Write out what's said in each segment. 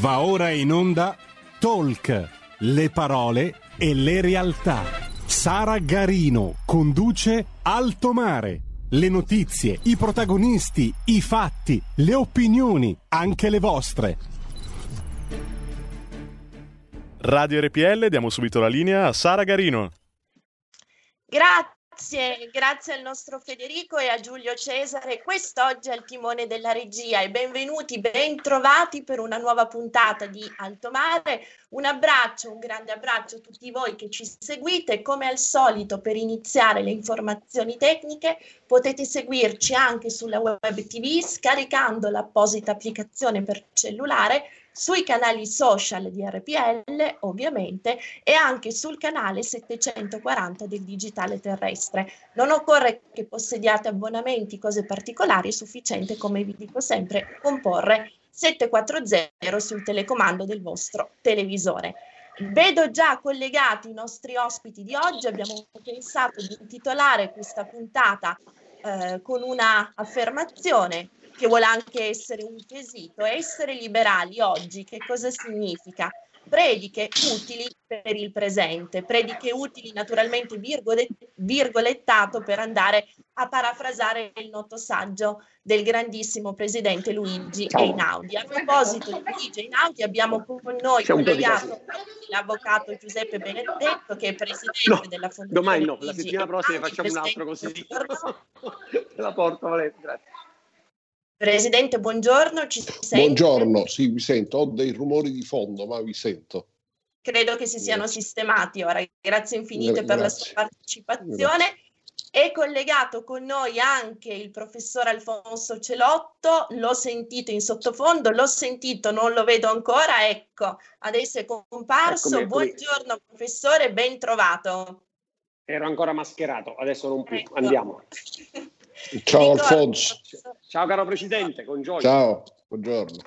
Va ora in onda Talk, le parole e le realtà. Sara Garino conduce Alto Mare. Le notizie, i protagonisti, i fatti, le opinioni, anche le vostre. Radio RPL, diamo subito la linea a Sara Garino. Grazie al nostro Federico e a Giulio Cesare. Quest'oggi al timone della regia e benvenuti, bentrovati per una nuova puntata di Alto Mare. Un grande abbraccio a tutti voi che ci seguite. Come al solito, per iniziare le informazioni tecniche, potete seguirci anche sulla web TV scaricando l'apposita applicazione per cellulare, sui canali social di RPL ovviamente e anche sul canale 740 del digitale terrestre. Non occorre che possediate abbonamenti, cose particolari, è sufficiente, come vi dico sempre, comporre 740 sul telecomando del vostro televisore. Vedo già collegati i nostri ospiti di oggi. Abbiamo pensato di intitolare questa puntata con una affermazione che vuole anche essere un quesito. Essere liberali oggi che cosa significa? Prediche utili per il presente, prediche utili naturalmente virgolettato per andare a parafrasare il noto saggio del grandissimo presidente Luigi Einaudi. A proposito di Luigi Einaudi, abbiamo con noi collegato l'avvocato Giuseppe Benedetto, che è presidente della Fondazione domani no, Luigi la settimana prossima facciamo un altro così. Te la porto, Valeria, grazie. Presidente, buongiorno, ci sente? Buongiorno, sì, vi sento, ho dei rumori di fondo, ma vi sento. Credo che si siano sistemati ora. Grazie infinite per la sua partecipazione. Grazie. È collegato con noi anche il professor Alfonso Celotto, l'ho sentito in sottofondo, non lo vedo ancora, ecco, adesso è comparso. Eccomi. Buongiorno professore, ben trovato. Ero ancora mascherato, adesso non più, Ecco. Andiamo. Ciao Alfonso. Ciao caro Presidente, con gioia. Ciao, buongiorno.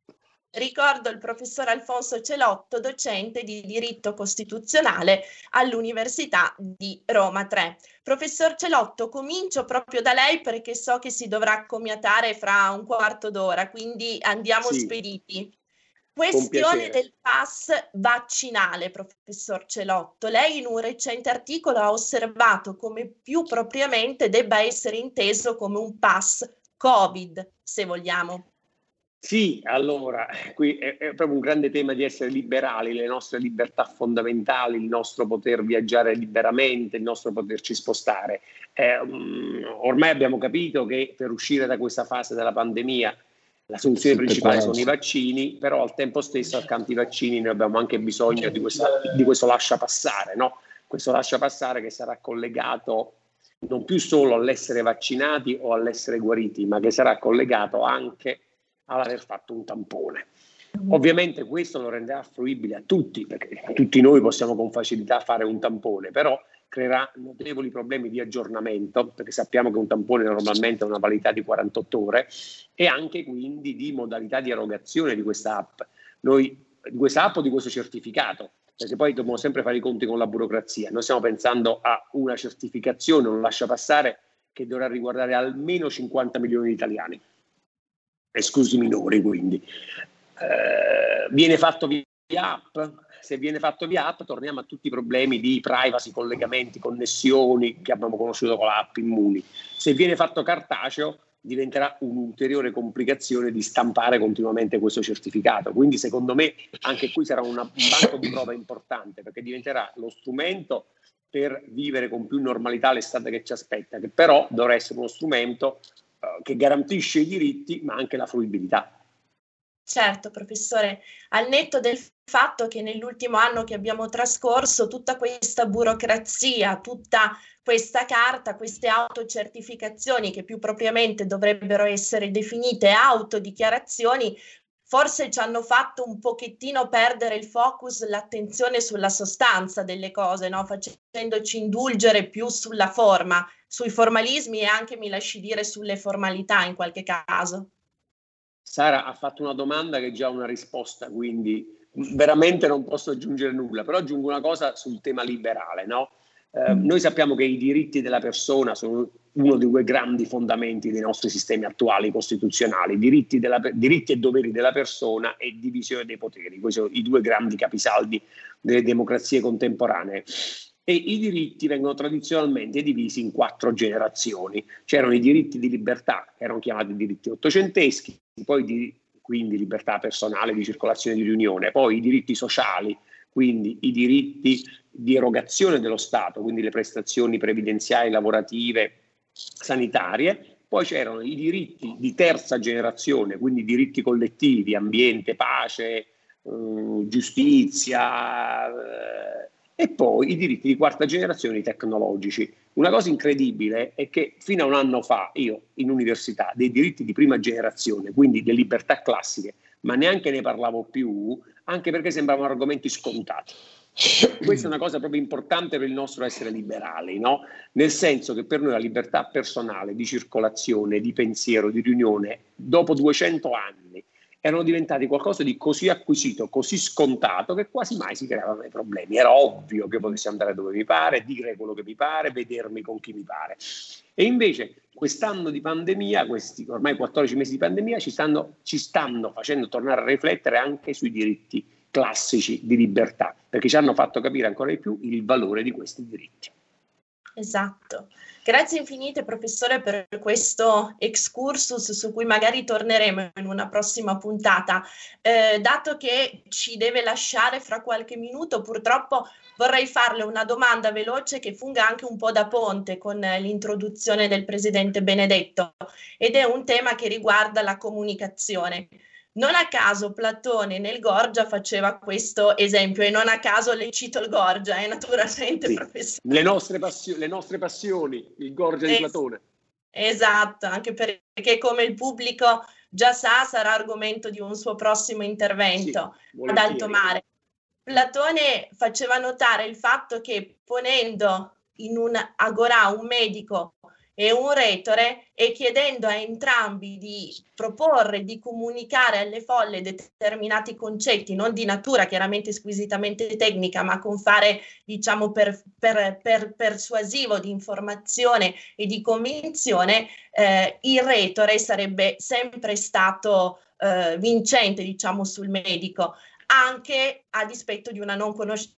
Ricordo il professor Alfonso Celotto, docente di diritto costituzionale all'Università di Roma 3. Professor Celotto, comincio proprio da lei perché so che si dovrà accomiatare fra un quarto d'ora, quindi andiamo spediti. Questione del pass vaccinale, professor Celotto. Lei in un recente articolo ha osservato come più propriamente debba essere inteso come un pass Covid, se vogliamo. Sì, allora, qui è proprio un grande tema di essere liberali, le nostre libertà fondamentali, il nostro poter viaggiare liberamente, il nostro poterci spostare. Ormai abbiamo capito che per uscire da questa fase della pandemia la soluzione principale sono i vaccini, però al tempo stesso accanto ai vaccini noi abbiamo anche bisogno di questo lascia passare, no? Questo lascia passare che sarà collegato non più solo all'essere vaccinati o all'essere guariti, ma che sarà collegato anche all'aver fatto un tampone. Ovviamente questo lo renderà fruibile a tutti, perché tutti noi possiamo con facilità fare un tampone, però creerà notevoli problemi di aggiornamento, perché sappiamo che un tampone normalmente ha una validità di 48 ore, e anche quindi di modalità di erogazione di questa app. Di questa app o di questo certificato, perché poi dobbiamo sempre fare i conti con la burocrazia. Noi stiamo pensando a una certificazione, un lasciapassare che dovrà riguardare almeno 50 milioni di italiani, esclusi minori quindi. Viene fatto via app? Se viene fatto via app torniamo a tutti i problemi di privacy, collegamenti, connessioni che abbiamo conosciuto con l'app Immuni. Se viene fatto cartaceo diventerà un'ulteriore complicazione di stampare continuamente questo certificato. Quindi secondo me anche qui sarà un banco di prova importante, perché diventerà lo strumento per vivere con più normalità l'estate che ci aspetta, che però dovrà essere uno strumento che garantisce i diritti ma anche la fruibilità. Certo, professore, al netto del fatto che nell'ultimo anno che abbiamo trascorso tutta questa burocrazia, tutta questa carta, queste autocertificazioni che più propriamente dovrebbero essere definite autodichiarazioni, forse ci hanno fatto un pochettino perdere il focus, l'attenzione sulla sostanza delle cose, no? Facendoci indulgere più sulla forma, sui formalismi e anche, mi lasci dire, sulle formalità in qualche caso. Sara ha fatto una domanda che è già una risposta, quindi veramente non posso aggiungere nulla, però aggiungo una cosa sul tema liberale, no? Noi sappiamo che i diritti della persona sono uno dei due grandi fondamenti dei nostri sistemi attuali costituzionali, diritti e doveri della persona e divisione dei poteri. Questi sono i due grandi capisaldi delle democrazie contemporanee. E i diritti vengono tradizionalmente divisi in 4 generazioni. C'erano i diritti di libertà, che erano chiamati diritti ottocenteschi, poi quindi libertà personale di circolazione di riunione, poi i diritti sociali, quindi i diritti di erogazione dello Stato, quindi le prestazioni previdenziali, lavorative, sanitarie. Poi c'erano i diritti di terza generazione, quindi diritti collettivi, ambiente, pace, giustizia, e poi i diritti di quarta generazione tecnologici. Una cosa incredibile è che fino a un anno fa io in università dei diritti di prima generazione, quindi le libertà classiche, ma neanche ne parlavo più, anche perché sembravano argomenti scontati. Questa è una cosa proprio importante per il nostro essere liberali, no? Nel senso che per noi la libertà personale di circolazione, di pensiero, di riunione, dopo 200 anni, erano diventati qualcosa di così acquisito, così scontato, che quasi mai si creavano dei problemi. Era ovvio che potessi andare dove mi pare, dire quello che mi pare, vedermi con chi mi pare. E invece quest'anno di pandemia, questi ormai 14 mesi di pandemia, ci stanno facendo tornare a riflettere anche sui diritti classici di libertà, perché ci hanno fatto capire ancora di più il valore di questi diritti. Esatto. Grazie infinite professore per questo excursus su cui magari torneremo in una prossima puntata. Dato che ci deve lasciare fra qualche minuto, purtroppo vorrei farle una domanda veloce che funga anche un po' da ponte con l'introduzione del presidente Benedetto, ed è un tema che riguarda la comunicazione. Non a caso Platone nel Gorgia faceva questo esempio, e non a caso le cito il Gorgia, naturalmente, sì, professore. Le nostre passioni, il Gorgia di Platone. Esatto, anche perché, come il pubblico già sa, sarà argomento di un suo prossimo intervento, sì, ad alto mare. Platone faceva notare il fatto che ponendo in un agorà un medico e un retore e chiedendo a entrambi di proporre, di comunicare alle folle determinati concetti, non di natura chiaramente squisitamente tecnica, ma con fare, diciamo, per persuasivo di informazione e di convinzione, il retore sarebbe sempre stato vincente, diciamo, sul medico, anche a dispetto di una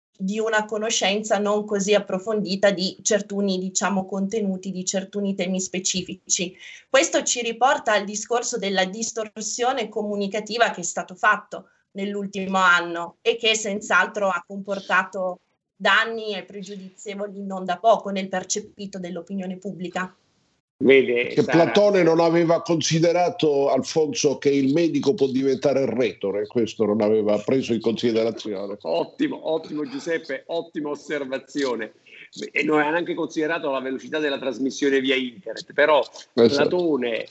conoscenza non così approfondita di certuni, diciamo, contenuti, di certuni temi specifici. Questo ci riporta al discorso della distorsione comunicativa che è stato fatto nell'ultimo anno e che senz'altro ha comportato danni e pregiudizievoli non da poco nel percepito dell'opinione pubblica. Vede, che Sara, Platone non aveva considerato, Alfonso, che il medico può diventare il retore, questo non aveva preso in considerazione. Ottimo Giuseppe, ottima osservazione. E non aveva neanche considerato la velocità della trasmissione via internet, però Platone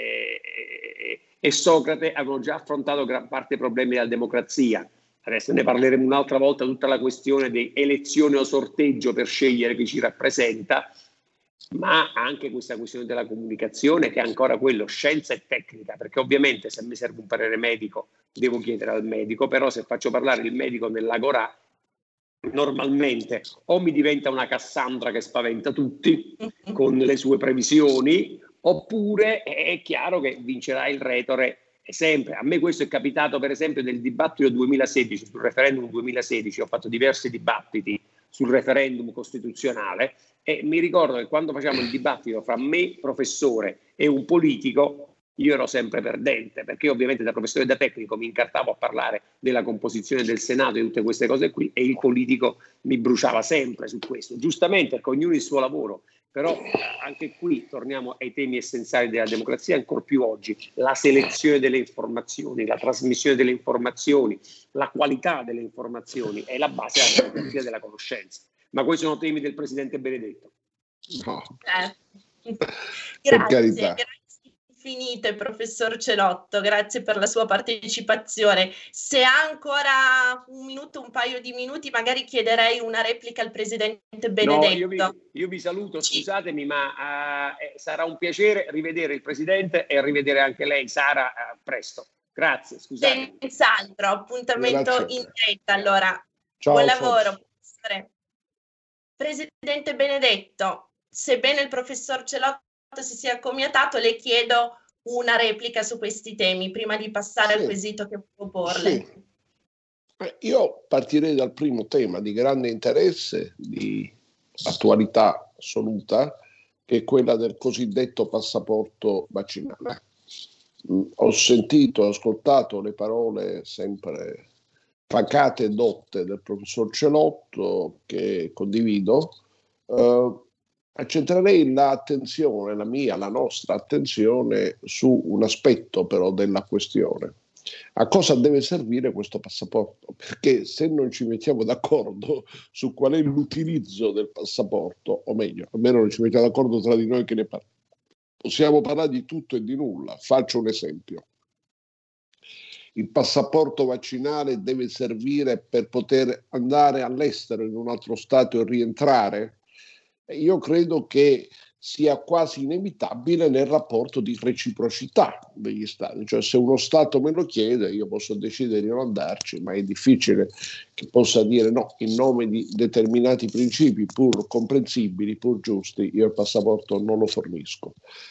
e Socrate avevano già affrontato gran parte dei problemi della democrazia. Adesso ne parleremo un'altra volta, tutta la questione di elezione o sorteggio per scegliere chi ci rappresenta, ma anche questa questione della comunicazione, che è ancora quello, scienza e tecnica, perché ovviamente se mi serve un parere medico devo chiedere al medico, però se faccio parlare il medico nell'agorà, normalmente o mi diventa una Cassandra che spaventa tutti con le sue previsioni, oppure è chiaro che vincerà il retore sempre. A me questo è capitato per esempio nel dibattito 2016, sul referendum 2016, ho fatto diversi dibattiti sul referendum costituzionale e mi ricordo che quando facciamo il dibattito fra me, professore, e un politico, io ero sempre perdente, perché ovviamente da professore e da tecnico mi incartavo a parlare della composizione del Senato e tutte queste cose qui, e il politico mi bruciava sempre su questo, giustamente, perché ognuno il suo lavoro. Però anche qui torniamo ai temi essenziali della democrazia, ancor più oggi: la selezione delle informazioni, la trasmissione delle informazioni, la qualità delle informazioni è la base della democrazia della conoscenza. Ma questi sono temi del presidente Benedetto. No. Grazie infinite, professor Celotto, grazie per la sua partecipazione. Se ha ancora un paio di minuti, magari chiederei una replica al presidente Benedetto. No, io vi saluto, scusatemi, ma sarà un piacere rivedere il presidente e rivedere anche lei, Sara, presto. Grazie, scusate. Senz'altro, appuntamento in diretta, allora. Ciao, buon lavoro, professore. Presidente Benedetto, sebbene il professor Celotto si sia accomiatato, le chiedo una replica su questi temi prima di passare al quesito che volevo porle. Sì. Io partirei dal primo tema di grande interesse, di attualità assoluta, che è quella del cosiddetto passaporto vaccinale. Ho ascoltato le parole sempre pacate e dotte del professor Celotto, che condivido. Accentrerei l'attenzione, la nostra attenzione, su un aspetto però della questione. A cosa deve servire questo passaporto? Perché se non ci mettiamo d'accordo su qual è l'utilizzo del passaporto, o meglio, almeno non ci mettiamo d'accordo tra di noi che ne parliamo, possiamo parlare di tutto e di nulla. Faccio un esempio. Il passaporto vaccinale deve servire per poter andare all'estero, in un altro stato, e rientrare? Io credo che sia quasi inevitabile nel rapporto di reciprocità degli stati. Cioè, se uno stato me lo chiede, io posso decidere di non andarci, ma è difficile che possa dire no, in nome di determinati principi pur comprensibili, pur giusti, io il passaporto non lo fornisco.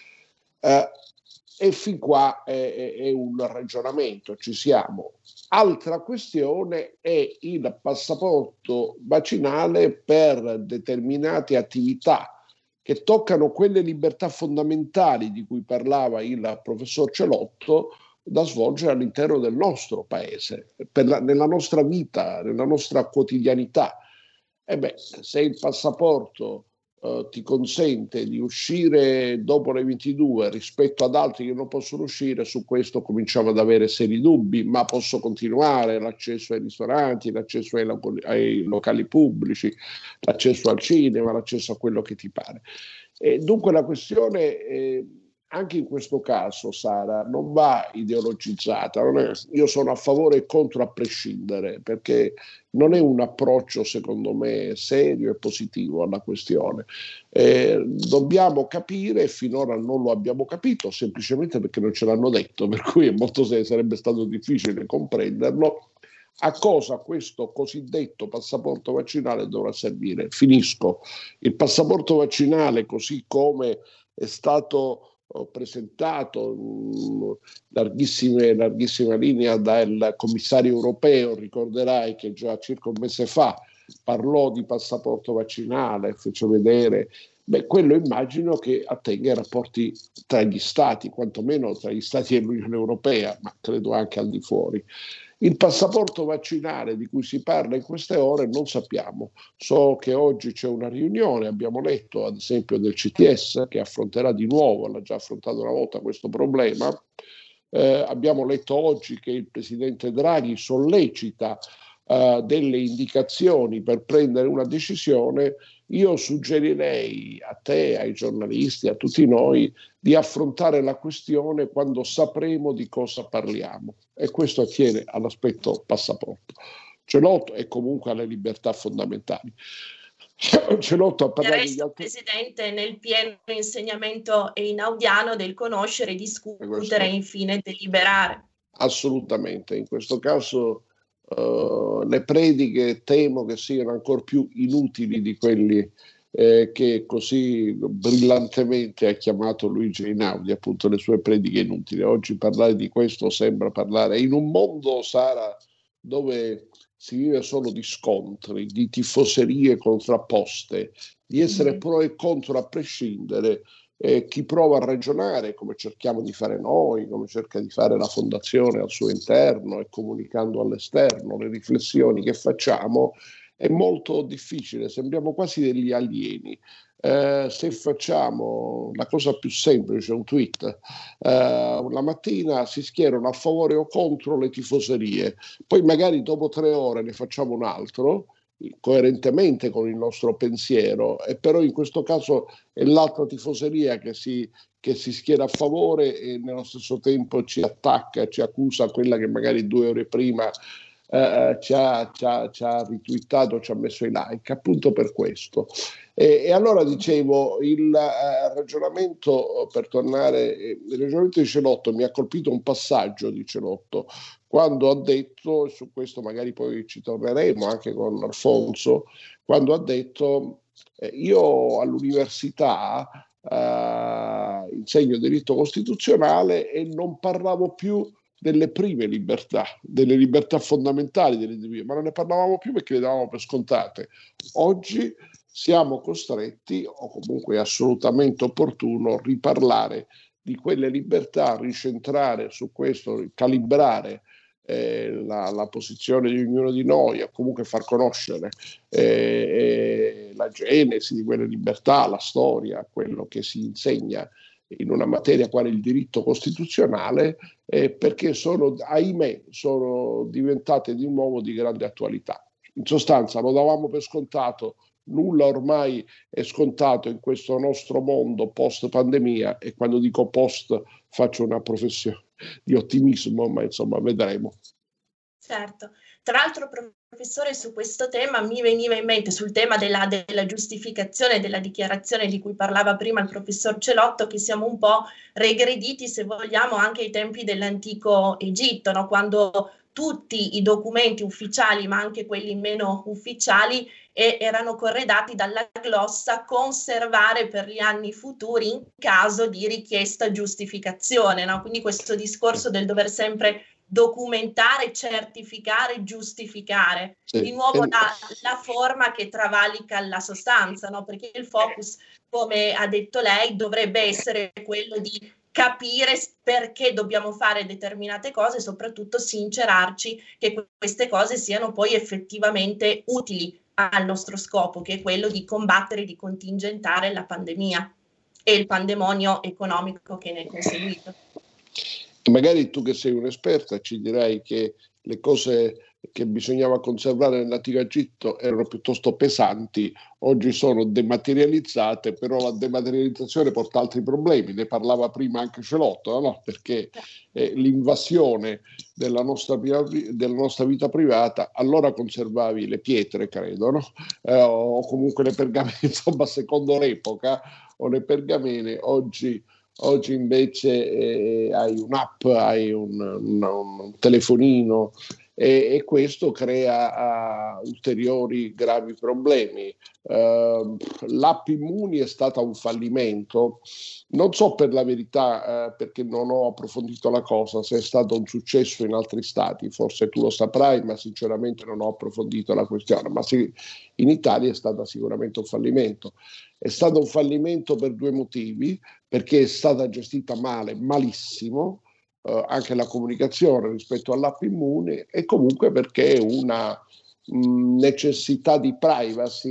E fin qua è un ragionamento, ci siamo. Altra questione è il passaporto vaccinale per determinate attività che toccano quelle libertà fondamentali di cui parlava il professor Celotto, da svolgere all'interno del nostro paese, nella nostra vita, nella nostra quotidianità. Se il passaporto ti consente di uscire dopo le 22 rispetto ad altri che non possono uscire, su questo cominciamo ad avere seri dubbi, ma posso continuare: l'accesso ai ristoranti, l'accesso ai locali pubblici, l'accesso al cinema, l'accesso a quello che ti pare. Dunque la questione, anche in questo caso, Sara, non va ideologizzata. Io sono a favore e contro a prescindere, perché non è un approccio, secondo me, serio e positivo alla questione. Dobbiamo capire, e finora non lo abbiamo capito, semplicemente perché non ce l'hanno detto, per cui sarebbe stato difficile comprenderlo, a cosa questo cosiddetto passaporto vaccinale dovrà servire. Finisco. Il passaporto vaccinale, così come è stato presentato larghissima linea dal commissario europeo, ricorderai che già circa un mese fa parlò di passaporto vaccinale, fece vedere, quello immagino che attenga ai rapporti tra gli stati, quantomeno tra gli stati dell'Unione Europea, ma credo anche al di fuori. Il passaporto vaccinale di cui si parla in queste ore non sappiamo. So che oggi c'è una riunione, abbiamo letto ad esempio del CTS che affronterà di nuovo, l'ha già affrontato una volta questo problema. Abbiamo letto oggi che il presidente Draghi sollecita delle indicazioni per prendere una decisione. Io suggerirei a te, ai giornalisti, a tutti noi, di affrontare la questione quando sapremo di cosa parliamo, e questo attiene all'aspetto passaporto. Celotto e comunque alle libertà fondamentali. Celotto ha parlato di altri... Presidente, nel pieno insegnamento einaudiano del conoscere, discutere e infine deliberare. Assolutamente, in questo caso le prediche temo che siano ancora più inutili di quelli che così brillantemente ha chiamato Luigi Einaudi, appunto le sue prediche inutili. Oggi parlare di questo sembra parlare in un mondo, Sara, dove si vive solo di scontri, di tifoserie contrapposte, di essere pro e contro a prescindere. Chi prova a ragionare, come cerchiamo di fare noi, come cerca di fare la Fondazione al suo interno e comunicando all'esterno le riflessioni che facciamo, è molto difficile, sembriamo quasi degli alieni. Se facciamo la cosa più semplice, un tweet, la mattina si schierano a favore o contro le tifoserie, poi magari dopo 3 ore ne facciamo un altro, coerentemente con il nostro pensiero, e però in questo caso è l'altra tifoseria che si schiera a favore e nello stesso tempo ci attacca, ci accusa quella che magari 2 ore prima ci ha ritwittato, ci ha messo i like, appunto per questo. E allora dicevo, il ragionamento, per tornare, il ragionamento di Celotto, mi ha colpito un passaggio di Celotto, quando ha detto, e su questo magari poi ci torneremo anche con Alfonso, quando ha detto io all'università insegno diritto costituzionale e non parlavo più delle prime libertà, delle libertà fondamentali dell'individuo, ma non ne parlavamo più perché le davamo per scontate. Oggi siamo costretti, o comunque è assolutamente opportuno, riparlare di quelle libertà, ricentrare su questo, calibrare la posizione di ognuno di noi, o comunque far conoscere la genesi di quelle libertà, la storia, quello che si insegna in una materia quale il diritto costituzionale, perché ahimè, sono diventate di nuovo di grande attualità. In sostanza, lo davamo per scontato, nulla ormai è scontato in questo nostro mondo post pandemia, e quando dico post faccio una professione di ottimismo, ma insomma vedremo. Certo. Tra l'altro, professore, su questo tema mi veniva in mente, sul tema della giustificazione della dichiarazione di cui parlava prima il professor Celotto, che siamo un po' regrediti, se vogliamo, anche ai tempi dell'antico Egitto, no? Quando tutti i documenti ufficiali, ma anche quelli meno ufficiali, erano corredati dalla glossa "conservare per gli anni futuri in caso di richiesta giustificazione", no? Quindi questo discorso del dover sempre documentare, certificare, giustificare. Sì. Di nuovo la forma che travalica la sostanza, no? Perché il focus, come ha detto lei, dovrebbe essere quello di capire perché dobbiamo fare determinate cose e soprattutto sincerarci che queste cose siano poi effettivamente utili al nostro scopo, che è quello di combattere, di contingentare la pandemia e il pandemonio economico che ne è conseguito. Magari tu, che sei un'esperta, ci dirai che le cose che bisognava conservare nell'antico Egitto erano piuttosto pesanti, oggi sono dematerializzate, però la dematerializzazione porta altri problemi, ne parlava prima anche Celotto, no? Perché l'invasione della nostra vita privata, allora conservavi le pietre, credo, no? O comunque le pergamene, insomma, secondo l'epoca, o le pergamene. Oggi invece hai un'app, hai un telefonino, e questo crea ulteriori gravi problemi. L'app Immuni è stata un fallimento, non so per la verità, perché non ho approfondito la cosa, se è stato un successo in altri stati, forse tu lo saprai, ma sinceramente non ho approfondito la questione, ma sì, in Italia è stata sicuramente un fallimento. È stato un fallimento per due motivi: perché è stata gestita male, malissimo, anche la comunicazione rispetto all'app Immuni, e comunque perché è una necessità di privacy,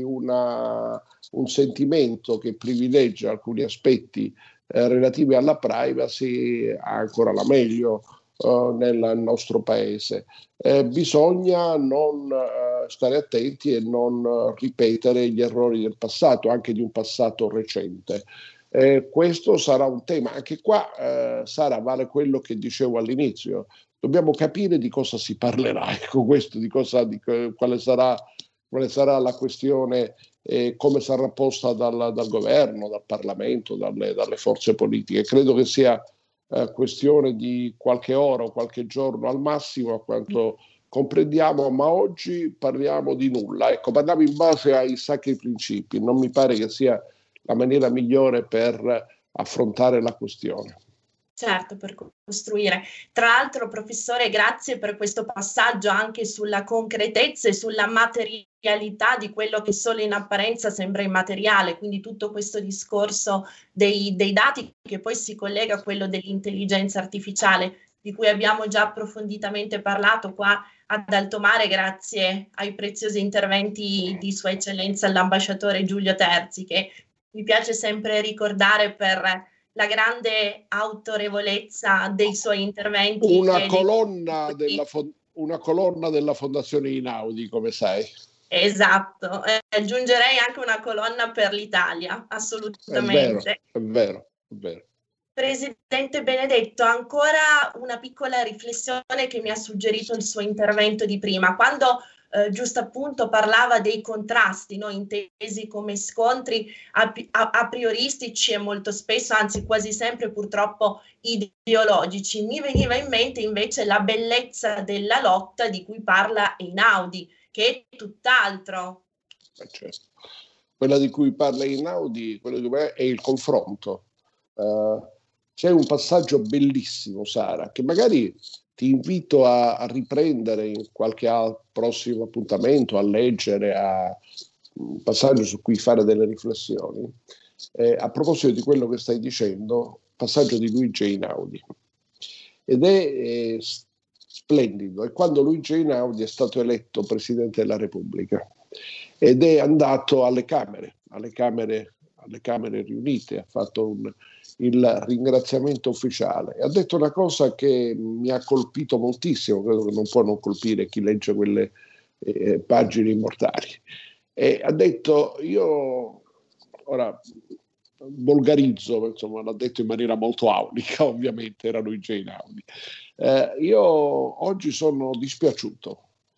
un sentimento che privilegia alcuni aspetti relativi alla privacy ancora la meglio nel nostro paese. Bisogna non stare attenti e non ripetere gli errori del passato, anche di un passato recente. Questo sarà un tema, anche qua Sara, vale quello che dicevo all'inizio, dobbiamo capire di cosa si parlerà, ecco, questo, quale sarà la questione, come sarà posta dal governo, dal Parlamento, dalle forze politiche. Credo che sia questione di qualche ora o qualche giorno al massimo, a quanto comprendiamo, ma oggi parliamo di nulla, ecco, parliamo in base ai sacri principi, non mi pare che sia la maniera migliore per affrontare la questione. Certo, per costruire. Tra l'altro, professore, grazie per questo passaggio anche sulla concretezza e sulla materialità di quello che solo in apparenza sembra immateriale, quindi tutto questo discorso dei dati, che poi si collega a quello dell'intelligenza artificiale, di cui abbiamo già approfonditamente parlato qua ad Altomare, grazie ai preziosi interventi di Sua Eccellenza l'ambasciatore Giulio Terzi, che mi piace sempre ricordare per la grande autorevolezza dei suoi interventi. Una colonna della Fondazione Einaudi, come sai. Esatto, aggiungerei anche una colonna per l'Italia, assolutamente. È vero. Presidente Benedetto, ancora una piccola riflessione che mi ha suggerito il suo intervento di prima. Quando giusto appunto parlava dei contrasti, no? Intesi come scontri a prioristici e molto spesso, anzi quasi sempre purtroppo ideologici, mi veniva in mente invece la bellezza della lotta di cui parla Einaudi, che è tutt'altro. Certo. Quella di cui parla Einaudi, quello è il confronto. c'è un passaggio bellissimo, Sara, che magari ti invito a riprendere in qualche prossimo appuntamento, a leggere, un passaggio su cui fare delle riflessioni. A proposito di quello che stai dicendo, passaggio di Luigi Einaudi. Ed è splendido. È quando Luigi Einaudi è stato eletto Presidente della Repubblica ed è andato alle Camere riunite, ha fatto il ringraziamento ufficiale. Ha detto una cosa che mi ha colpito moltissimo, credo che non può non colpire chi legge quelle pagine immortali. Ha detto, io ora volgarizzo, insomma, l'ha detto in maniera molto aulica, ovviamente era Luigi Einaudi. Io oggi sono dispiaciuto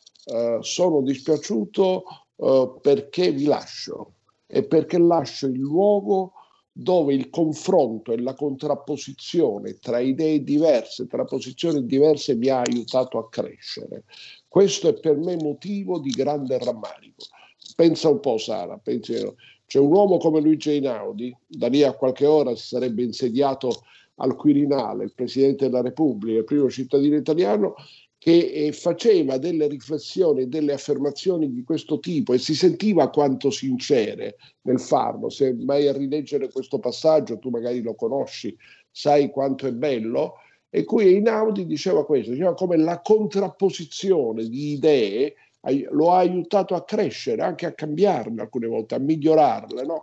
perché vi lascio, e perché lascio il luogo dove il confronto e la contrapposizione tra idee diverse, tra posizioni diverse mi ha aiutato a crescere. Questo è per me motivo di grande rammarico. Pensa un po', Sara, c'è un uomo come Luigi Einaudi, da lì a qualche ora si sarebbe insediato al Quirinale, il Presidente della Repubblica, il primo cittadino italiano, che faceva delle riflessioni e delle affermazioni di questo tipo e si sentiva quanto sincere nel farlo. Se vai a rileggere questo passaggio, tu magari lo conosci, sai quanto è bello, e qui Einaudi diceva questo, diceva come la contrapposizione di idee lo ha aiutato a crescere, anche a cambiarle alcune volte, a migliorarle, no?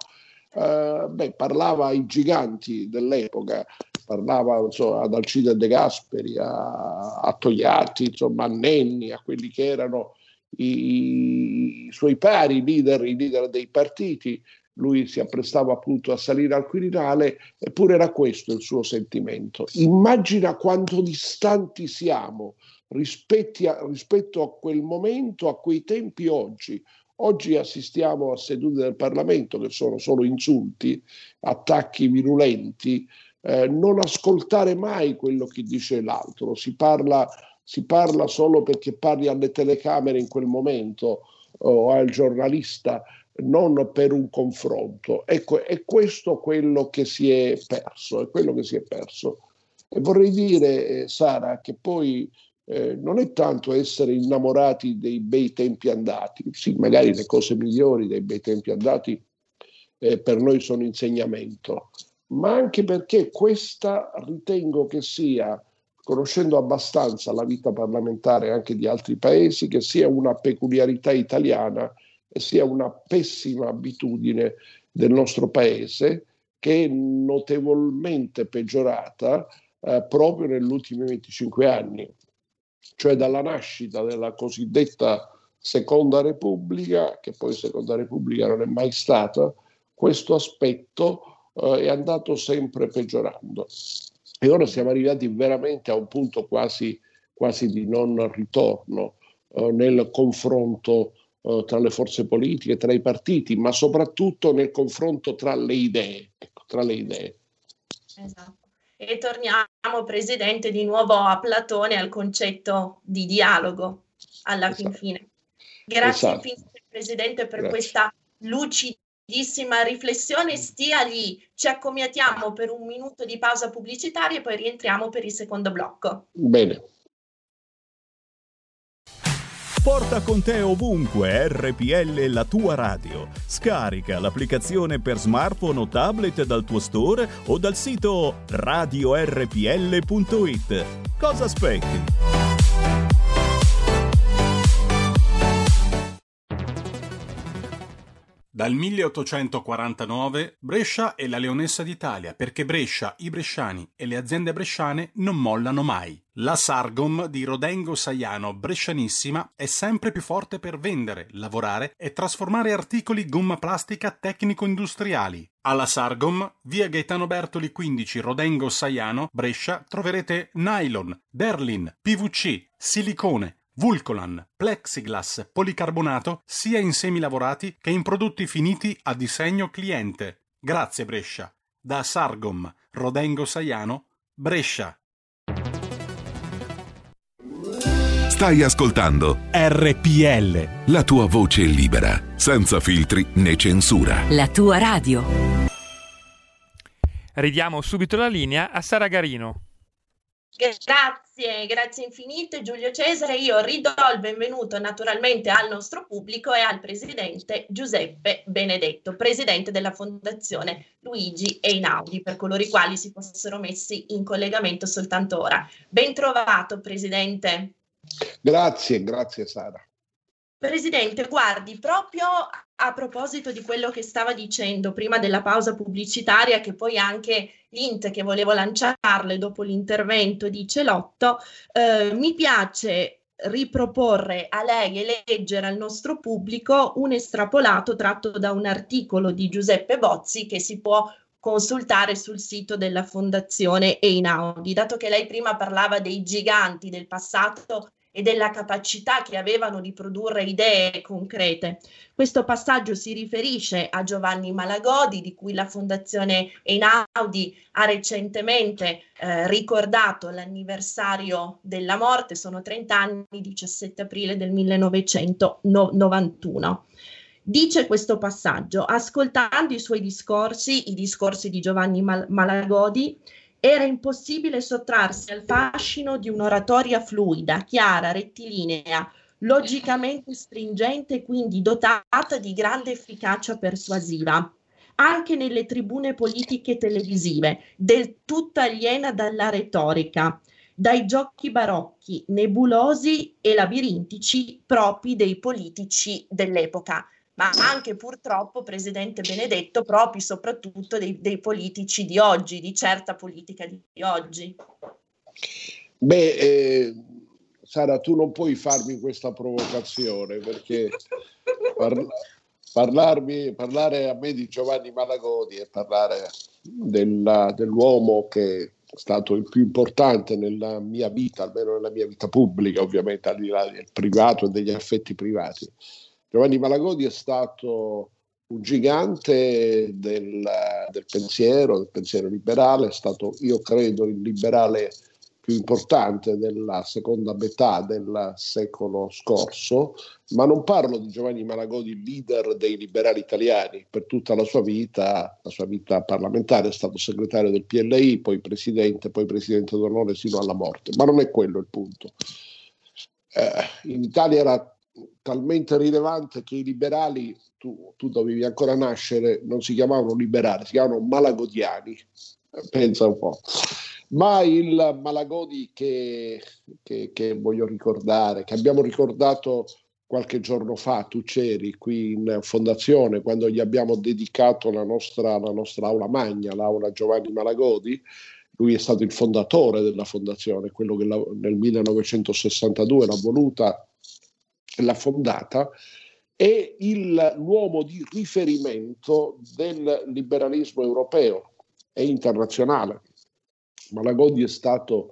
Parlava ai giganti dell'epoca, parlava ad Alcide De Gasperi, a Togliatti, insomma, a Nenni, a quelli che erano i suoi pari, i leader dei partiti. Lui si apprestava appunto a salire al Quirinale, eppure era questo il suo sentimento. Immagina quanto distanti siamo rispetto a quel momento, a quei tempi oggi. Oggi assistiamo a sedute del Parlamento che sono solo insulti, attacchi virulenti, non ascoltare mai quello che dice l'altro, si parla solo perché parli alle telecamere in quel momento o al giornalista, non per un confronto. Ecco, è questo quello che si è perso, E vorrei dire, Sara, che poi non è tanto essere innamorati dei bei tempi andati, sì, magari le cose migliori dei bei tempi andati per noi sono insegnamento, ma anche perché questa ritengo che sia, conoscendo abbastanza la vita parlamentare anche di altri paesi, che sia una peculiarità italiana e sia una pessima abitudine del nostro paese, che è notevolmente peggiorata proprio negli ultimi 25 anni, cioè dalla nascita della cosiddetta Seconda Repubblica, che poi Seconda Repubblica non è mai stata. Questo aspetto è andato sempre peggiorando e ora siamo arrivati veramente a un punto quasi di non ritorno nel confronto tra le forze politiche, tra i partiti, ma soprattutto nel confronto tra le idee. Esatto. E torniamo, Presidente, di nuovo a Platone, al concetto di dialogo, alla fin fine. Grazie infinite, Presidente, per questa lucidissima riflessione. Stia lì, ci accomiatiamo per un minuto di pausa pubblicitaria e poi rientriamo per il secondo blocco. Bene. Porta con te ovunque RPL, la tua radio. Scarica l'applicazione per smartphone o tablet dal tuo store o dal sito radiorpl.it. Cosa aspetti? Dal 1849 Brescia è la leonessa d'Italia, perché Brescia, i bresciani e le aziende bresciane non mollano mai. La Sargom di Rodengo Saiano, brescianissima, è sempre più forte per vendere, lavorare e trasformare articoli gomma plastica tecnico-industriali. Alla Sargom, via Gaetano Bertoli 15, Rodengo Saiano, Brescia, troverete nylon, derlin, PVC, silicone, Vulcolan, plexiglass, policarbonato, sia in semi lavorati che in prodotti finiti a disegno cliente. Grazie Brescia. Da Sargom, Rodengo Saiano, Brescia. Stai ascoltando RPL, la tua voce libera, senza filtri né censura. La tua radio. Ridiamo subito la linea a Sara Garino. Grazie infinite Giulio Cesare. Io ridò il benvenuto naturalmente al nostro pubblico e al presidente Giuseppe Benedetto, presidente della Fondazione Luigi Einaudi, per coloro i quali si fossero messi in collegamento soltanto ora. Ben trovato, presidente. Grazie Sara. Presidente, guardi, proprio a proposito di quello che stava dicendo prima della pausa pubblicitaria, che poi anche l'int che volevo lanciarle dopo l'intervento di Celotto, mi piace riproporre a lei e leggere al nostro pubblico un estrapolato tratto da un articolo di Giuseppe Bozzi che si può consultare sul sito della Fondazione Einaudi. Dato che lei prima parlava dei giganti del passato e della capacità che avevano di produrre idee concrete. Questo passaggio si riferisce a Giovanni Malagodi, di cui la Fondazione Einaudi ha recentemente ricordato l'anniversario della morte, sono 30 anni, 17 aprile del 1991. Dice questo passaggio: ascoltando i suoi discorsi, i discorsi di Giovanni Malagodi, era impossibile sottrarsi al fascino di un'oratoria fluida, chiara, rettilinea, logicamente stringente e quindi dotata di grande efficacia persuasiva. Anche nelle tribune politiche televisive, del tutto aliena dalla retorica, dai giochi barocchi, nebulosi e labirintici propri dei politici dell'epoca, ma anche purtroppo, presidente Benedetto, propri soprattutto dei politici di oggi, di certa politica di oggi. Sara, tu non puoi farmi questa provocazione, perché parlare a me di Giovanni Malagodi e parlare dell'uomo che è stato il più importante nella mia vita, almeno nella mia vita pubblica, ovviamente al di là del privato e degli affetti privati. Giovanni Malagodi è stato un gigante del pensiero liberale, è stato, io credo, il liberale più importante della seconda metà del secolo scorso, ma non parlo di Giovanni Malagodi, leader dei liberali italiani. Per tutta la sua vita parlamentare è stato segretario del PLI, poi presidente d'onore sino alla morte, ma non è quello il punto. In Italia era talmente rilevante che i liberali, tu dovevi ancora nascere, non si chiamavano liberali, si chiamavano malagodiani, pensa un po'. Ma il Malagodi che voglio ricordare, che abbiamo ricordato qualche giorno fa, tu c'eri qui in Fondazione quando gli abbiamo dedicato la nostra aula magna, l'aula Giovanni Malagodi. Lui è stato il fondatore della Fondazione, quello che nel 1962 l'ha voluta, l'ha fondata, è l'uomo di riferimento del liberalismo europeo e internazionale. Malagodi è stato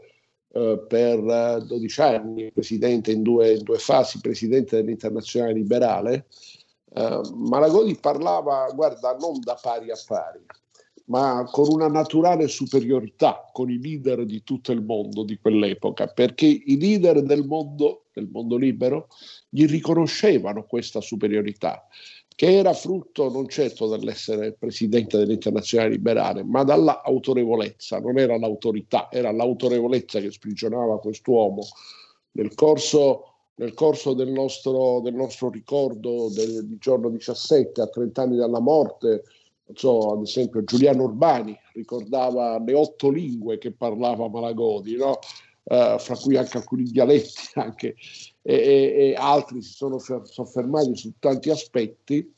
per 12 anni presidente in due fasi, presidente dell'Internazionale Liberale. Malagodi parlava, guarda, non da pari a pari, ma con una naturale superiorità con i leader di tutto il mondo di quell'epoca, perché i leader del mondo libero, gli riconoscevano questa superiorità, che era frutto non certo dell'essere presidente dell'Internazionale Liberale, ma dall'autorevolezza. Non era l'autorità, era l'autorevolezza che sprigionava quest'uomo. Nel corso del nostro ricordo del giorno 17, a 30 anni dalla morte, ad esempio Giuliano Urbani ricordava le 8 lingue che parlava Malagodi, no? Fra cui anche alcuni dialetti anche, e altri si sono soffermati su tanti aspetti.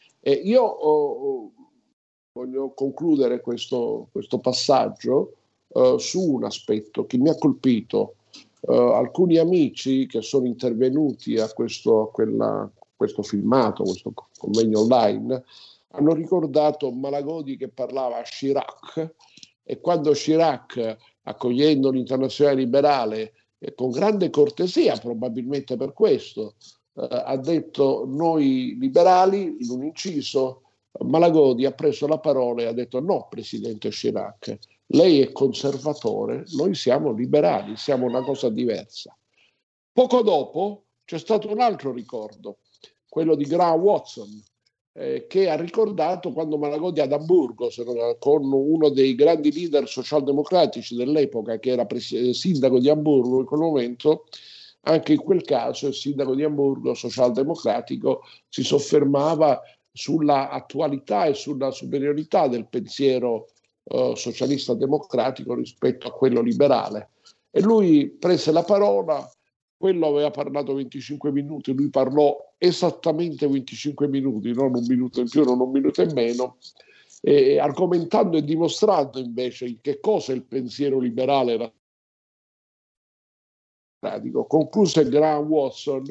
Io voglio concludere questo passaggio su un aspetto che mi ha colpito. Alcuni amici che sono intervenuti a questo filmato, questo convegno online, hanno ricordato Malagodi che parlava a Chirac, e quando Chirac, accogliendo l'Internazionale Liberale con grande cortesia, probabilmente per questo, ha detto noi liberali, in un inciso, Malagodi ha preso la parola e ha detto no, presidente Chirac, lei è conservatore, noi siamo liberali, siamo una cosa diversa. Poco dopo c'è stato un altro ricordo, quello di Graham Watson, che ha ricordato quando Malagodi ad Amburgo, con uno dei grandi leader socialdemocratici dell'epoca, che era sindaco di Amburgo in quel momento. Anche in quel caso il sindaco di Amburgo, socialdemocratico, si soffermava sulla attualità e sulla superiorità del pensiero socialista democratico rispetto a quello liberale. E lui prese la parola, quello aveva parlato 25 minuti, lui parlò esattamente 25 minuti, non un minuto in più, non un minuto in meno, argomentando e dimostrando invece in che cosa il pensiero liberale era. Concluse Graham Watson,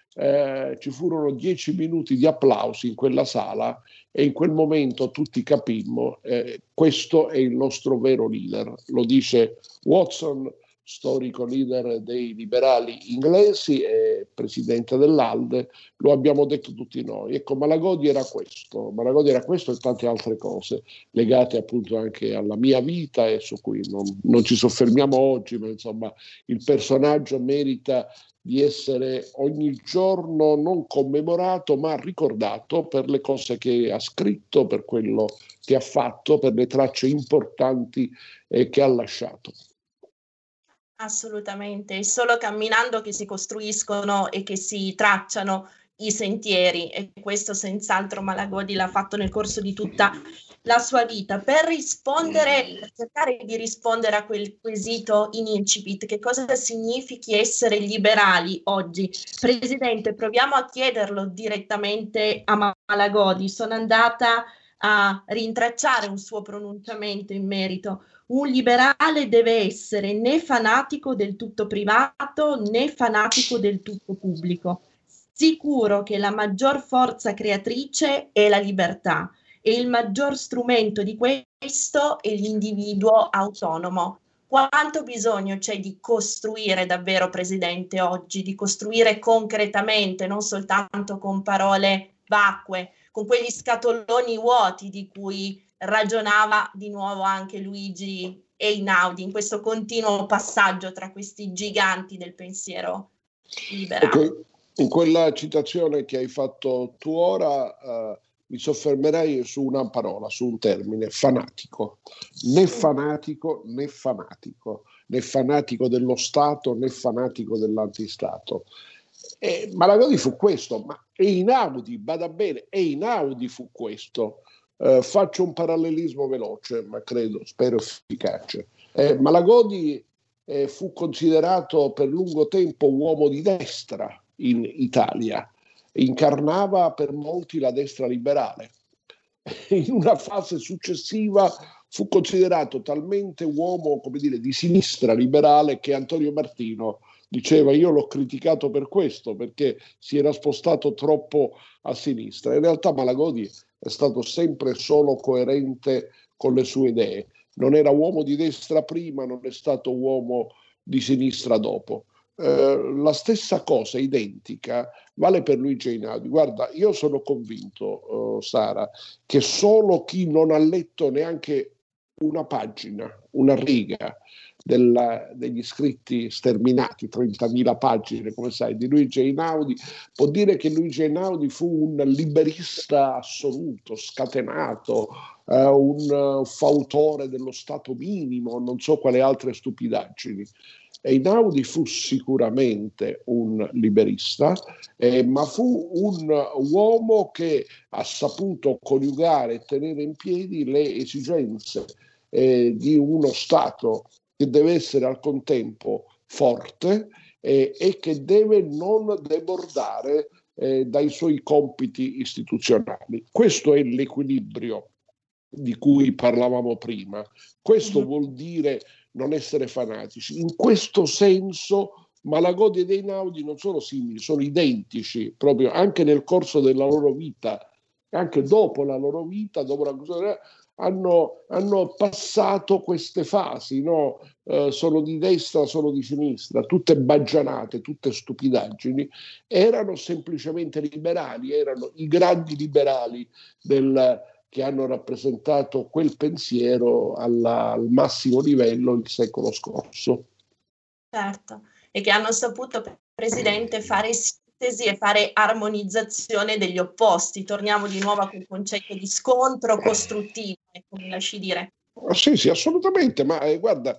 ci furono 10 minuti di applausi in quella sala e in quel momento tutti capimmo questo è il nostro vero leader. Lo dice Watson, storico leader dei liberali inglesi e presidente dell'ALDE, lo abbiamo detto tutti noi. Ecco, Malagodi era questo e tante altre cose legate appunto anche alla mia vita e su cui non ci soffermiamo oggi, ma insomma il personaggio merita di essere ogni giorno non commemorato ma ricordato per le cose che ha scritto, per quello che ha fatto, per le tracce importanti che ha lasciato. Assolutamente, è solo camminando che si costruiscono e che si tracciano i sentieri, e questo senz'altro Malagodi l'ha fatto nel corso di tutta la sua vita. Per cercare di rispondere a quel quesito in incipit, che cosa significhi essere liberali oggi? Presidente, proviamo a chiederlo direttamente a Malagodi. Sono andata a rintracciare un suo pronunciamento in merito. Un liberale deve essere né fanatico del tutto privato né fanatico del tutto pubblico. Sicuro che la maggior forza creatrice è la libertà e il maggior strumento di questo è l'individuo autonomo. Quanto bisogno c'è di costruire davvero, Presidente, oggi, di costruire concretamente, non soltanto con parole vacue, con quegli scatoloni vuoti di cui ragionava di nuovo anche Luigi Einaudi in questo continuo passaggio tra questi giganti del pensiero liberale. Ecco, in quella citazione che hai fatto tu ora mi soffermerei su una parola, su un termine: fanatico. Né fanatico né fanatico, né fanatico dello Stato né fanatico dell'antistato. Malagodi fu questo, ma Einaudi, bada bene, Einaudi fu questo. Faccio un parallelismo veloce, ma spero efficace. Malagodi fu considerato per lungo tempo uomo di destra in Italia, incarnava per molti la destra liberale. In una fase successiva fu considerato talmente uomo, come dire, di sinistra liberale che Antonio Martino diceva: io l'ho criticato per questo, perché si era spostato troppo a sinistra. In realtà Malagodi è stato sempre solo coerente con le sue idee. Non era uomo di destra prima, non è stato uomo di sinistra dopo. La stessa cosa, identica, vale per Luigi Einaudi. Guarda, io sono convinto, Sara, che solo chi non ha letto neanche una pagina, una riga degli scritti sterminati, 30.000 pagine, come sai, di Luigi Einaudi, può dire che Luigi Einaudi fu un liberista assoluto, scatenato, un fautore dello Stato minimo, non so quale altre stupidaggini. Einaudi fu sicuramente un liberista, ma fu un uomo che ha saputo coniugare e tenere in piedi le esigenze di uno Stato che deve essere al contempo forte e che deve non debordare dai suoi compiti istituzionali. Questo è l'equilibrio di cui parlavamo prima. Questo vuol dire non essere fanatici. In questo senso Malagodi ed Einaudi non sono simili, sono identici, proprio anche nel corso della loro vita, anche dopo la loro vita, dopo la cosa, hanno passato queste fasi, no? Sono di destra, sono di sinistra, tutte baggianate, tutte stupidaggini. Erano semplicemente liberali, erano i grandi liberali che hanno rappresentato quel pensiero al massimo livello il secolo scorso. Certo, e che hanno saputo, Presidente, fare sì sintesi e fare armonizzazione degli opposti. Torniamo di nuovo a quel concetto di scontro costruttivo, come mi lasci dire. Sì, sì, assolutamente, ma guarda,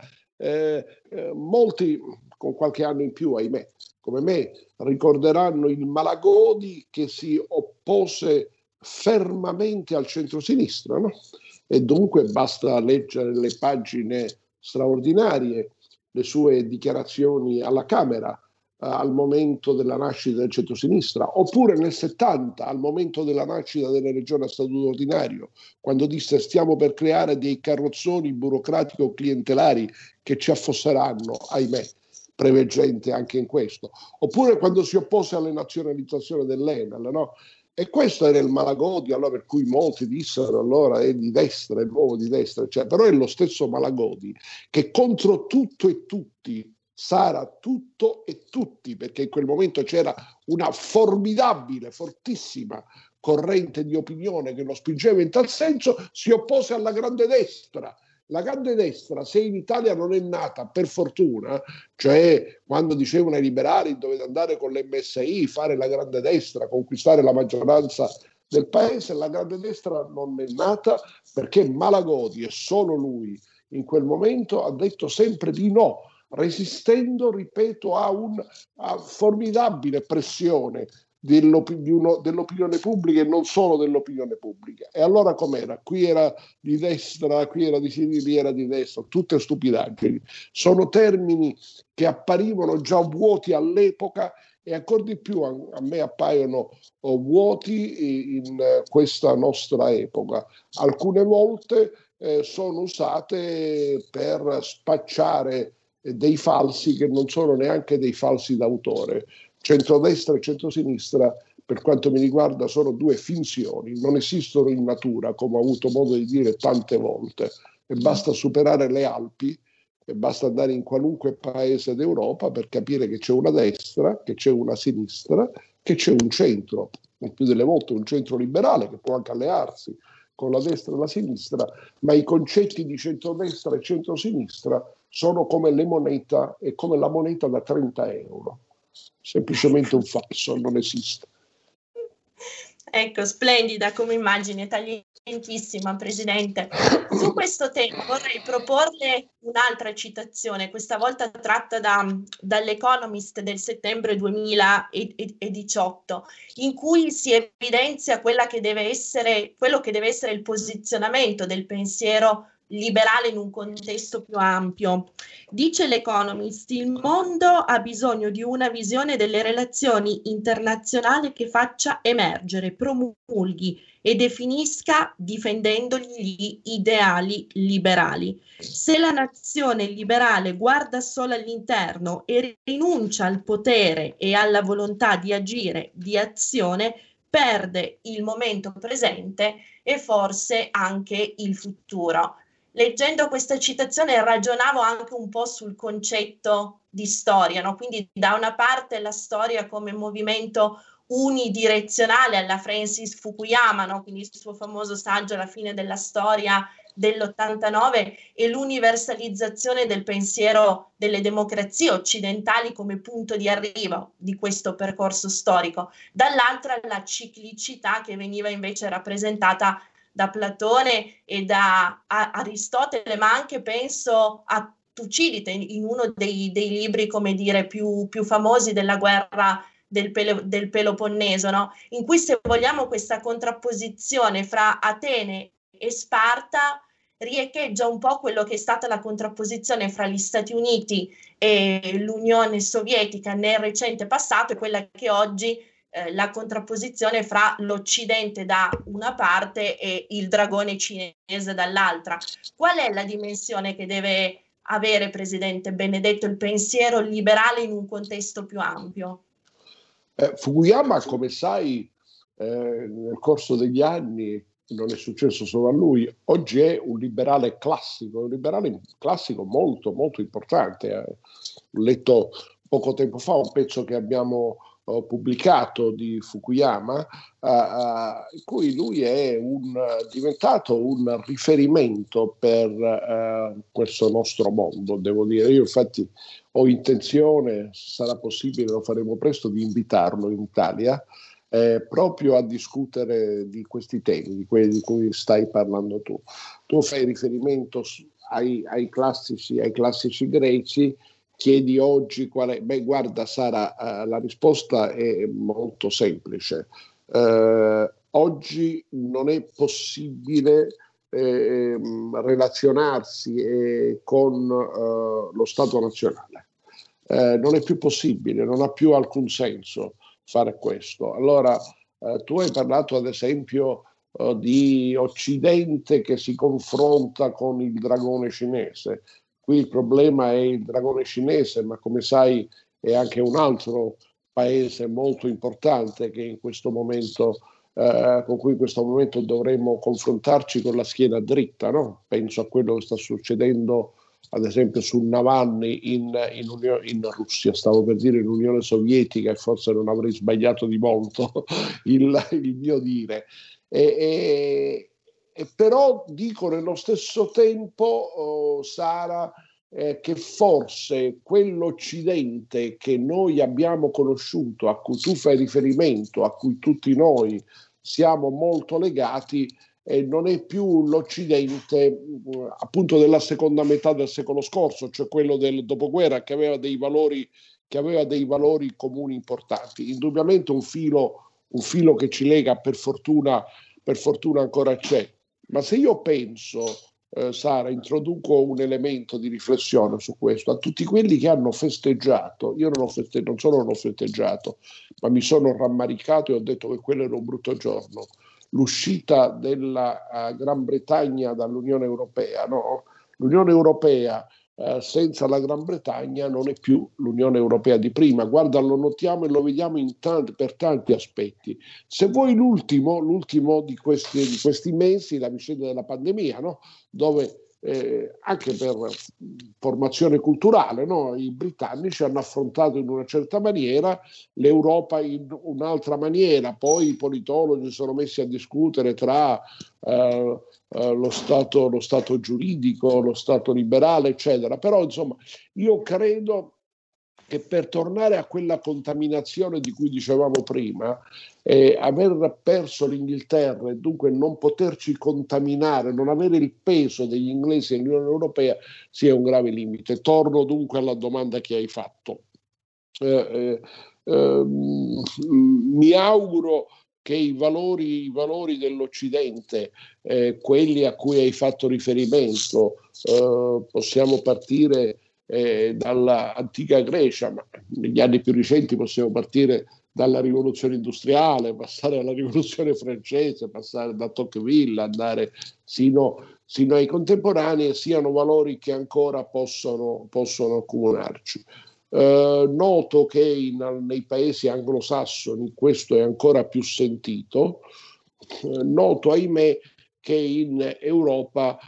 molti con qualche anno in più, ahimè, come me, ricorderanno il Malagodi che si oppose fermamente al centro-sinistra, no? E dunque basta leggere le pagine straordinarie, le sue dichiarazioni alla Camera al momento della nascita del centro-sinistra, oppure nel 70, al momento della nascita delle regioni a statuto ordinario, quando disse stiamo per creare dei carrozzoni burocratico-clientelari che ci affosseranno, ahimè, preveggente anche in questo. Oppure quando si oppose alla nazionalizzazione dell'Enel, no? E questo era il Malagodi, allora, per cui molti dissero allora è di destra, è nuovo di destra, cioè, però è lo stesso Malagodi che contro tutto e tutti, Sara, tutto e tutti, perché in quel momento c'era una formidabile, fortissima corrente di opinione che lo spingeva in tal senso, si oppose alla grande destra. La grande destra, se in Italia non è nata, per fortuna, cioè quando dicevano ai liberali dovete andare con l'MSI, fare la grande destra, conquistare la maggioranza del paese, la grande destra non è nata perché Malagodi, e solo lui in quel momento, ha detto sempre di no, resistendo, ripeto, a formidabile pressione dell'opinione pubblica e non solo dell'opinione pubblica. E allora com'era? Qui era di destra, qui era di sinistra, lì era di destra, tutte stupidaggini. Sono termini che apparivano già vuoti all'epoca e ancora di più a me appaiono vuoti in questa nostra epoca. Alcune volte sono usate per spacciare dei falsi che non sono neanche dei falsi d'autore. Centrodestra e centrosinistra, per quanto mi riguarda, sono due finzioni, non esistono in natura, come ho avuto modo di dire tante volte, e basta superare le Alpi e basta andare in qualunque paese d'Europa per capire che c'è una destra, che c'è una sinistra, che c'è un centro, il più delle volte un centro liberale che può anche allearsi con la destra e la sinistra, ma i concetti di centrodestra e centrosinistra sono come le monete e come la moneta da 30 euro. Semplicemente un falso, non esiste. Ecco, splendida come immagine, taglientissima, Presidente. Su questo tema vorrei proporle un'altra citazione, questa volta tratta dall'Economist del settembre 2018, in cui si evidenzia quello che deve essere il posizionamento del pensiero liberale in un contesto più ampio. Dice l'Economist: il mondo ha bisogno di una visione delle relazioni internazionali che faccia emergere, promulghi e definisca difendendogli gli ideali liberali. Se la nazione liberale guarda solo all'interno e rinuncia al potere e alla volontà di agire, di azione, perde il momento presente e forse anche il futuro. Leggendo questa citazione ragionavo anche un po' sul concetto di storia, no? Quindi da una parte la storia come movimento unidirezionale alla Francis Fukuyama, no? Quindi il suo famoso saggio La fine della storia dell'89, e l'universalizzazione del pensiero delle democrazie occidentali come punto di arrivo di questo percorso storico. Dall'altra la ciclicità che veniva invece rappresentata da Platone e da Aristotele, ma anche penso a Tucidide in uno dei libri, come dire, più famosi della guerra del Peloponneso, no? In cui, se vogliamo, questa contrapposizione fra Atene e Sparta riecheggia un po' quello che è stata la contrapposizione fra gli Stati Uniti e l'Unione Sovietica nel recente passato, e quella che oggi la contrapposizione fra l'Occidente da una parte e il dragone cinese dall'altra. Qual è la dimensione che deve avere, Presidente Benedetto, il pensiero liberale in un contesto più ampio? Fukuyama, come sai, nel corso degli anni, non è successo solo a lui, oggi è un liberale classico molto, molto importante. Ho letto poco tempo fa un pezzo che abbiamo pubblicato di Fukuyama, in cui lui è diventato un riferimento per questo nostro mondo, devo dire. Io infatti ho intenzione, se sarà possibile lo faremo presto, di invitarlo in Italia proprio a discutere di questi temi, di quelli di cui stai parlando tu. Tu fai riferimento ai classici greci. Chiedi oggi qual è? Beh, guarda Sara, la risposta è molto semplice. Oggi non è possibile relazionarsi con lo Stato nazionale. Non è più possibile, non ha più alcun senso fare questo. Allora, tu hai parlato ad esempio di Occidente che si confronta con il dragone cinese. Qui il problema è il dragone cinese, ma come sai è anche un altro paese molto importante che in questo momento, con cui in questo momento dovremmo confrontarci con la schiena dritta, no? Penso a quello che sta succedendo ad esempio su Navalny in Russia, stavo per dire in Unione Sovietica, e forse non avrei sbagliato di molto il mio dire. Però dico nello stesso tempo, Sara, che forse quell'Occidente che noi abbiamo conosciuto, a cui tu fai riferimento, a cui tutti noi siamo molto legati, non è più l'Occidente appunto della seconda metà del secolo scorso, cioè quello del dopoguerra, che aveva dei valori comuni importanti. Indubbiamente un filo che ci lega, per fortuna ancora c'è. Ma se io penso, Sara, introduco un elemento di riflessione su questo, a tutti quelli che hanno festeggiato, io non solo non ho festeggiato, ma mi sono rammaricato e ho detto che quello era un brutto giorno, l'uscita della Gran Bretagna dall'Unione Europea, no? L'Unione Europea senza la Gran Bretagna non è più l'Unione Europea di prima. Guarda, lo notiamo e lo vediamo per tanti aspetti. Se vuoi l'ultimo di questi mesi, la vicenda della pandemia, no? Dove anche per formazione culturale, no? I britannici hanno affrontato in una certa maniera, l'Europa in un'altra maniera, poi i politologi sono messi a discutere tra lo stato giuridico, lo stato liberale, eccetera. Però insomma io credo che per tornare a quella contaminazione di cui dicevamo prima, aver perso l'Inghilterra e dunque non poterci contaminare, non avere il peso degli inglesi nell'Unione Europea sia un grave limite. Torno dunque alla domanda che hai fatto. Mi auguro che i valori dell'Occidente, quelli a cui hai fatto riferimento, possiamo partire dall'antica Grecia, ma negli anni più recenti possiamo partire dalla rivoluzione industriale, passare alla rivoluzione francese, passare da Tocqueville, andare sino ai contemporanei, siano valori che ancora possono accomunarci. Noto che nei paesi anglosassoni questo è ancora più sentito. Noto, ahimè, che in Europa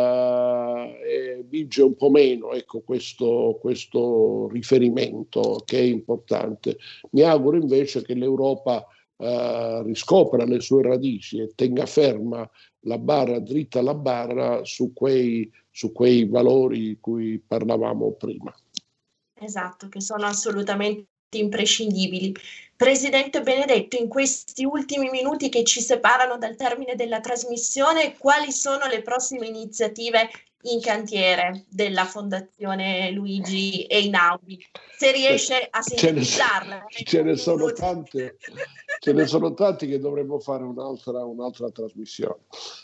vige un po' meno, ecco, questo riferimento che è importante. Mi auguro invece che l'Europa riscopra le sue radici e tenga ferma la barra, dritta la barra su quei valori di cui parlavamo prima. Esatto, che sono assolutamente imprescindibili. Presidente Benedetto, in questi ultimi minuti che ci separano dal termine della trasmissione, quali sono le prossime iniziative in cantiere della Fondazione Luigi Einaudi? Se riesce a sintetizzarle. Ce ne sono tanti che dovremmo fare un'altra trasmissione.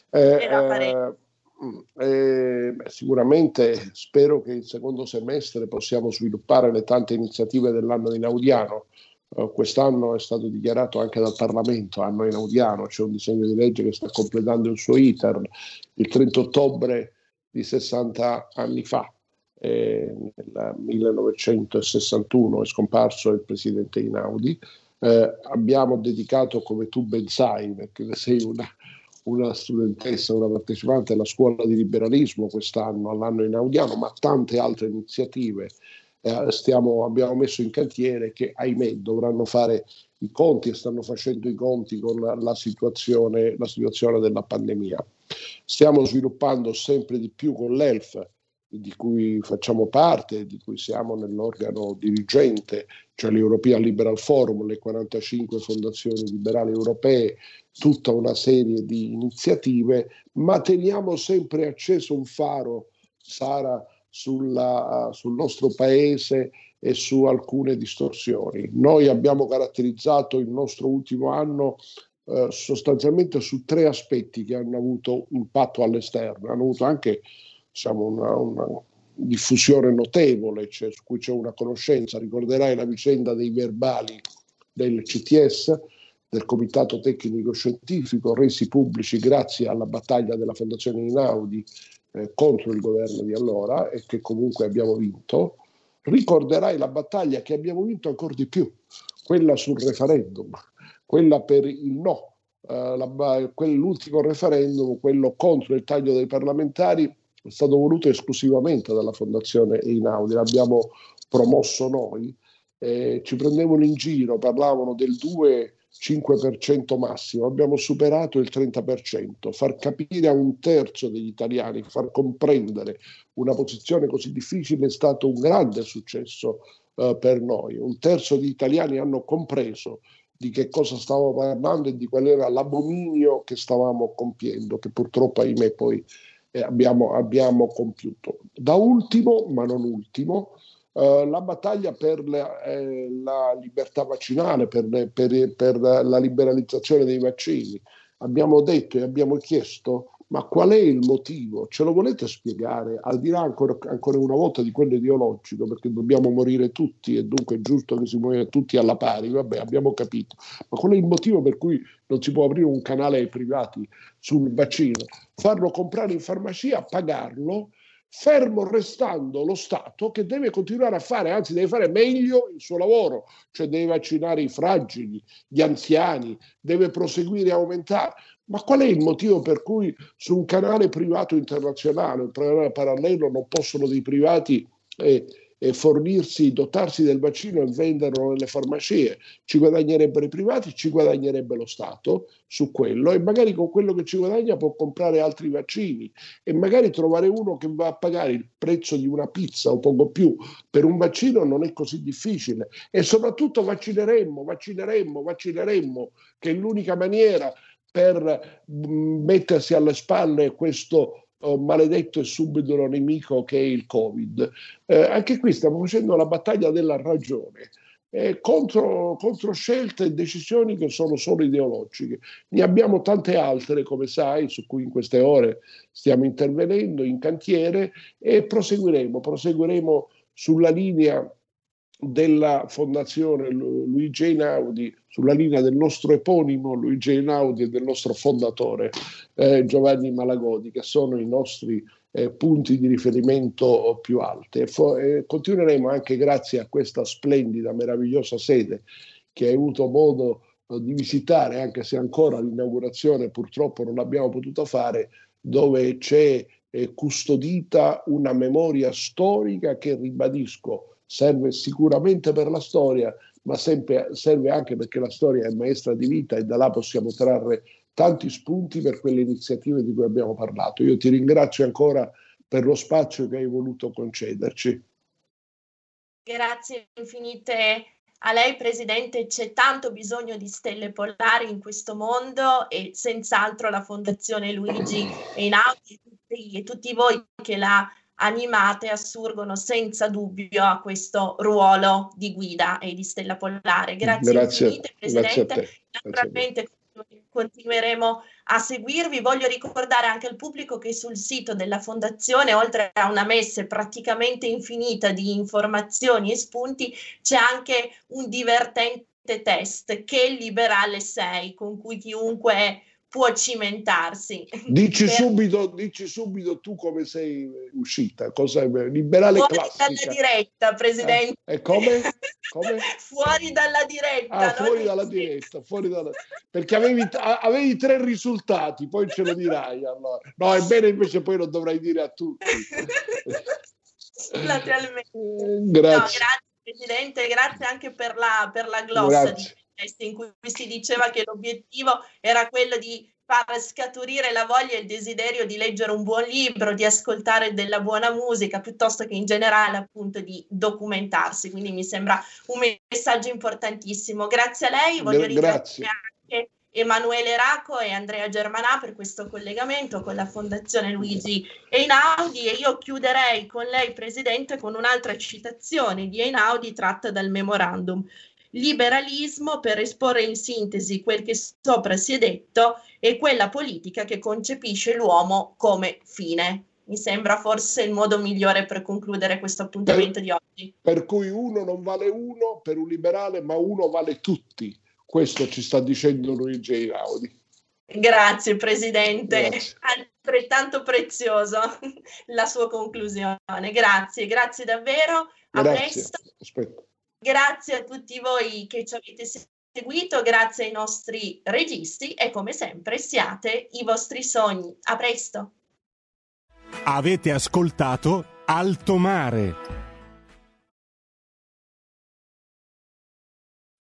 Sicuramente spero che il secondo semestre possiamo sviluppare le tante iniziative dell'anno einaudiano. Quest'anno è stato dichiarato anche dal Parlamento anno einaudiano, c'è un disegno di legge che sta completando il suo iter. Il 30 ottobre di 60 anni fa, nel 1961, è scomparso il presidente Einaudi. Abbiamo dedicato, come tu ben sai, perché sei una studentessa, una partecipante alla scuola di liberalismo quest'anno, all'anno einaudiano, ma tante altre iniziative abbiamo messo in cantiere, che ahimè dovranno fare i conti e stanno facendo i conti con la situazione della pandemia. Stiamo sviluppando sempre di più con l'ELF, di cui facciamo parte, di cui siamo nell'organo dirigente, cioè l'European Liberal Forum, le 45 fondazioni liberali europee, tutta una serie di iniziative, ma teniamo sempre acceso un faro, Sara, sul nostro paese e su alcune distorsioni. Noi abbiamo caratterizzato il nostro ultimo anno sostanzialmente su 3 aspetti che hanno avuto impatto all'esterno, hanno avuto anche una diffusione notevole, su cui c'è una conoscenza. Ricorderai la vicenda dei verbali del CTS, del Comitato Tecnico Scientifico, resi pubblici grazie alla battaglia della Fondazione Einaudi contro il governo di allora, e che comunque abbiamo vinto. Ricorderai la battaglia che abbiamo vinto ancora di più, quella sul referendum, quella per il no, quell'ultimo referendum, quello contro il taglio dei parlamentari, è stato voluto esclusivamente dalla Fondazione Einaudi, l'abbiamo promosso noi, ci prendevano in giro, parlavano del 2,5% massimo, abbiamo superato il 30%, far capire a un terzo degli italiani, far comprendere una posizione così difficile è stato un grande successo per noi. Un terzo degli italiani hanno compreso di che cosa stavamo parlando e di qual era l'abominio che stavamo compiendo, che purtroppo ahimè poi abbiamo compiuto. Da ultimo, ma non ultimo, la battaglia per la libertà vaccinale, per la liberalizzazione dei vaccini. Abbiamo detto e abbiamo chiesto: ma qual è il motivo? Ce lo volete spiegare? Al di là ancora una volta di quello ideologico, perché dobbiamo morire tutti e dunque è giusto che si muoia tutti alla pari, vabbè, abbiamo capito. Ma qual è il motivo per cui non si può aprire un canale ai privati sul vaccino? Farlo comprare in farmacia, pagarlo, fermo restando lo Stato che deve continuare a fare, anzi deve fare meglio il suo lavoro, cioè deve vaccinare i fragili, gli anziani, deve proseguire e aumentare. Ma qual è il motivo per cui su un canale privato internazionale, un canale parallelo, non possono dei privati dotarsi del vaccino e venderlo nelle farmacie? Ci guadagnerebbero i privati, ci guadagnerebbe lo Stato su quello, e magari con quello che ci guadagna può comprare altri vaccini, e magari trovare uno che va a pagare il prezzo di una pizza o poco più per un vaccino non è così difficile. E soprattutto vaccineremmo, che è l'unica maniera per mettersi alle spalle questo maledetto e subdolo nemico che è il Covid. Anche qui stiamo facendo la battaglia della ragione contro scelte e decisioni che sono solo ideologiche. Ne abbiamo tante altre, come sai, su cui in queste ore stiamo intervenendo in cantiere, e proseguiremo sulla linea della Fondazione Luigi Einaudi, sulla linea del nostro eponimo Luigi Einaudi e del nostro fondatore Giovanni Malagodi, che sono i nostri punti di riferimento più alti. Continueremo anche grazie a questa splendida, meravigliosa sede che hai avuto modo di visitare, anche se ancora l'inaugurazione purtroppo non l'abbiamo potuto fare, dove c'è custodita una memoria storica che, ribadisco, serve sicuramente per la storia, ma serve anche perché la storia è maestra di vita, e da là possiamo trarre tanti spunti per quelle iniziative di cui abbiamo parlato. Io ti ringrazio ancora per lo spazio che hai voluto concederci. Grazie infinite a lei, Presidente. C'è tanto bisogno di stelle polari in questo mondo, e senz'altro la Fondazione Luigi Einaudi e tutti voi che la animate assurgono senza dubbio a questo ruolo di guida e di stella polare. Grazie infinite, Presidente. Naturalmente continueremo a seguirvi. Voglio ricordare anche al pubblico che sul sito della Fondazione, oltre a una messe praticamente infinita di informazioni e spunti, c'è anche un divertente test, Che liberale sei, con cui chiunque può cimentarsi. Dici subito tu come sei uscita, cosa liberale fuori classica. Dalla diretta, Presidente. E come? Fuori dalla diretta. Perché avevi 3 risultati, poi ce lo dirai allora. No, è bene, invece poi lo dovrai dire a tutti. Platealmente. Grazie. No, grazie Presidente, grazie anche per la glossa di testi in cui si diceva che l'obiettivo era quello di far scaturire la voglia e il desiderio di leggere un buon libro, di ascoltare della buona musica, piuttosto che in generale appunto di documentarsi. Quindi mi sembra un messaggio importantissimo. Grazie a lei, voglio ringraziare anche Emanuele Racco e Andrea Germanà per questo collegamento con la Fondazione Luigi Einaudi, e io chiuderei con lei, Presidente, con un'altra citazione di Einaudi tratta dal memorandum. Liberalismo, per esporre in sintesi quel che sopra si è detto, è quella politica che concepisce l'uomo come fine. Mi sembra forse il modo migliore per concludere questo appuntamento di oggi. Per cui uno non vale uno per un liberale, ma uno vale tutti. Questo ci sta dicendo Luigi Einaudi. Grazie Presidente, Grazie. Altrettanto prezioso la sua conclusione. Grazie davvero, a presto. Aspetta. Grazie a tutti voi che ci avete seguito, grazie ai nostri registi e come sempre siate i vostri sogni. A presto. Avete ascoltato Alto Mare.